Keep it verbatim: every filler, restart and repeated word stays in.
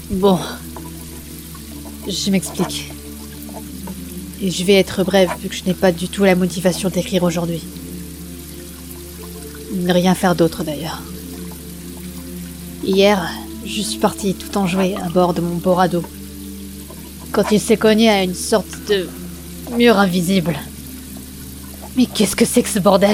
Bon, je m'explique. Et je vais être brève vu que je n'ai pas du tout la motivation d'écrire aujourd'hui. Ne rien faire d'autre d'ailleurs. Hier, je suis partie tout enjouée à bord de mon beau radeau. Quand il s'est cogné à une sorte de mur invisible. Mais qu'est-ce que c'est que ce bordel ?